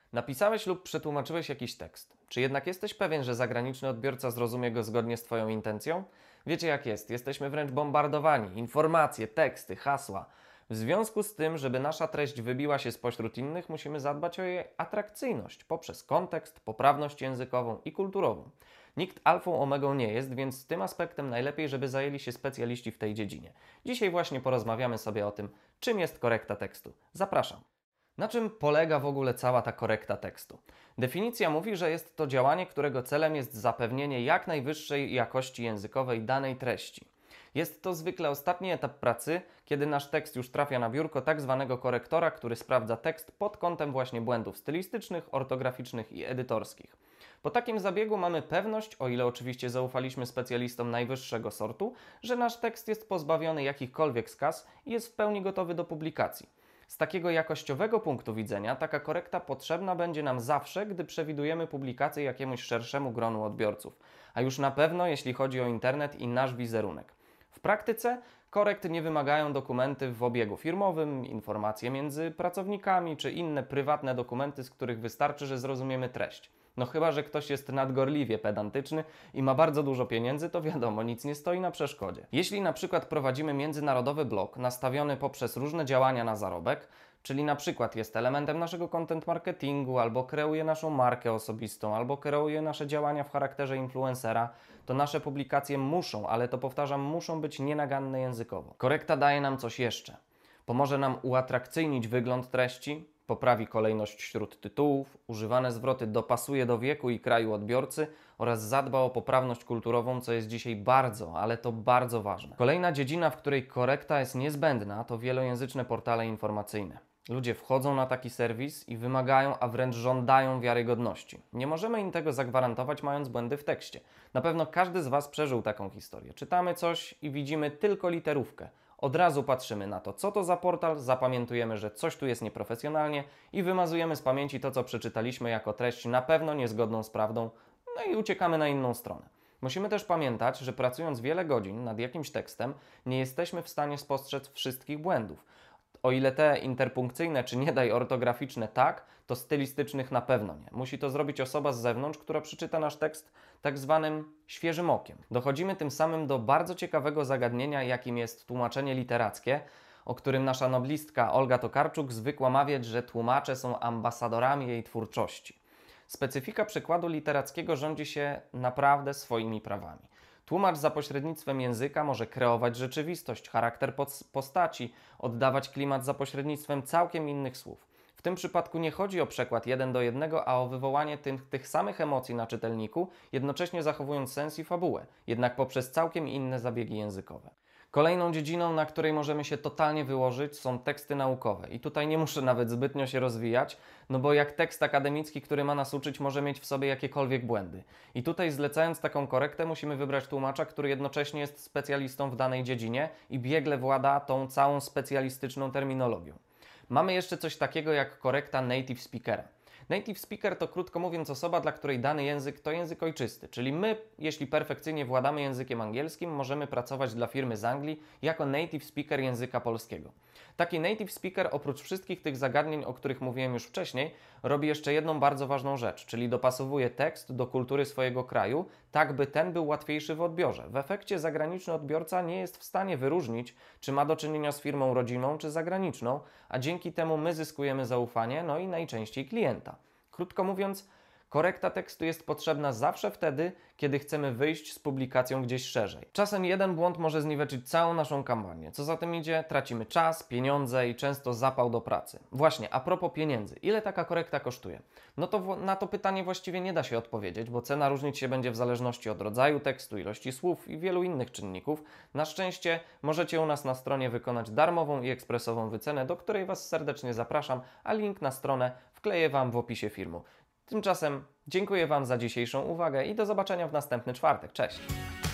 Napisałeś lub przetłumaczyłeś jakiś tekst. Czy jednak jesteś pewien, że zagraniczny odbiorca zrozumie go zgodnie z Twoją intencją? Wiecie jak jest, jesteśmy wręcz bombardowani. Informacje, teksty, hasła. W związku z tym, żeby nasza treść wybiła się spośród innych, musimy zadbać o jej atrakcyjność poprzez kontekst, poprawność językową i kulturową. Nikt alfą omegą nie jest, więc tym aspektem najlepiej, żeby zajęli się specjaliści w tej dziedzinie. Dzisiaj właśnie porozmawiamy sobie o tym, czym jest korekta tekstu. Zapraszam. Na czym polega w ogóle cała ta korekta tekstu? Definicja mówi, że jest to działanie, którego celem jest zapewnienie jak najwyższej jakości językowej danej treści. Jest to zwykle ostatni etap pracy, kiedy nasz tekst już trafia na biurko tak zwanego korektora, który sprawdza tekst pod kątem właśnie błędów stylistycznych, ortograficznych i edytorskich. Po takim zabiegu mamy pewność, o ile oczywiście zaufaliśmy specjalistom najwyższego sortu, że nasz tekst jest pozbawiony jakichkolwiek skaz i jest w pełni gotowy do publikacji. Z takiego jakościowego punktu widzenia taka korekta potrzebna będzie nam zawsze, gdy przewidujemy publikację jakiemuś szerszemu gronu odbiorców, a już na pewno jeśli chodzi o internet i nasz wizerunek. W praktyce korekt nie wymagają dokumenty w obiegu firmowym, informacje między pracownikami czy inne prywatne dokumenty, z których wystarczy, że zrozumiemy treść. No chyba, że ktoś jest nadgorliwie pedantyczny i ma bardzo dużo pieniędzy, to wiadomo, nic nie stoi na przeszkodzie. Jeśli na przykład prowadzimy międzynarodowy blog nastawiony poprzez różne działania na zarobek, czyli na przykład jest elementem naszego content marketingu, albo kreuje naszą markę osobistą, albo kreuje nasze działania w charakterze influencera, to nasze publikacje muszą, ale to powtarzam, muszą być nienaganne językowo. Korekta daje nam coś jeszcze. Pomoże nam uatrakcyjnić wygląd treści, poprawi kolejność wśród tytułów, używane zwroty dopasuje do wieku i kraju odbiorcy oraz zadba o poprawność kulturową, co jest dzisiaj bardzo, ale to bardzo ważne. Kolejna dziedzina, w której korekta jest niezbędna, to wielojęzyczne portale informacyjne. Ludzie wchodzą na taki serwis i wymagają, a wręcz żądają wiarygodności. Nie możemy im tego zagwarantować, mając błędy w tekście. Na pewno każdy z Was przeżył taką historię. Czytamy coś i widzimy tylko literówkę. Od razu patrzymy na to, co to za portal, zapamiętujemy, że coś tu jest nieprofesjonalnie i wymazujemy z pamięci to, co przeczytaliśmy jako treść na pewno niezgodną z prawdą, no i uciekamy na inną stronę. Musimy też pamiętać, że pracując wiele godzin nad jakimś tekstem, nie jesteśmy w stanie spostrzec wszystkich błędów. O ile te interpunkcyjne czy nie daj ortograficzne tak, to stylistycznych na pewno nie. Musi to zrobić osoba z zewnątrz, która przeczyta nasz tekst tak zwanym świeżym okiem. Dochodzimy tym samym do bardzo ciekawego zagadnienia, jakim jest tłumaczenie literackie, o którym nasza noblistka Olga Tokarczuk zwykła mawiać, że tłumacze są ambasadorami jej twórczości. Specyfika przekładu literackiego rządzi się naprawdę swoimi prawami. Tłumacz za pośrednictwem języka może kreować rzeczywistość, charakter postaci, oddawać klimat za pośrednictwem całkiem innych słów. W tym przypadku nie chodzi o przekład 1:1, a o wywołanie tych samych emocji na czytelniku, jednocześnie zachowując sens i fabułę, jednak poprzez całkiem inne zabiegi językowe. Kolejną dziedziną, na której możemy się totalnie wyłożyć, są teksty naukowe. I tutaj nie muszę nawet zbytnio się rozwijać, no bo jak tekst akademicki, który ma nas uczyć, może mieć w sobie jakiekolwiek błędy. I tutaj zlecając taką korektę musimy wybrać tłumacza, który jednocześnie jest specjalistą w danej dziedzinie i biegle włada tą całą specjalistyczną terminologią. Mamy jeszcze coś takiego jak korekta native speakera. Native speaker to krótko mówiąc osoba, dla której dany język to język ojczysty, czyli my, jeśli perfekcyjnie władamy językiem angielskim, możemy pracować dla firmy z Anglii jako native speaker języka polskiego. Taki native speaker oprócz wszystkich tych zagadnień, o których mówiłem już wcześniej, robi jeszcze jedną bardzo ważną rzecz, czyli dopasowuje tekst do kultury swojego kraju, tak by ten był łatwiejszy w odbiorze. W efekcie zagraniczny odbiorca nie jest w stanie wyróżnić, czy ma do czynienia z firmą rodzimą, czy zagraniczną, a dzięki temu my zyskujemy zaufanie, no i najczęściej klienta. Krótko mówiąc, korekta tekstu jest potrzebna zawsze wtedy, kiedy chcemy wyjść z publikacją gdzieś szerzej. Czasem jeden błąd może zniweczyć całą naszą kampanię. Co za tym idzie, tracimy czas, pieniądze i często zapał do pracy. Właśnie, a propos pieniędzy, ile taka korekta kosztuje? No to na to pytanie właściwie nie da się odpowiedzieć, bo cena różnić się będzie w zależności od rodzaju tekstu, ilości słów i wielu innych czynników. Na szczęście możecie u nas na stronie wykonać darmową i ekspresową wycenę, do której Was serdecznie zapraszam, a link na stronę wkleję Wam w opisie filmu. Tymczasem dziękuję Wam za dzisiejszą uwagę i do zobaczenia w następny czwartek. Cześć!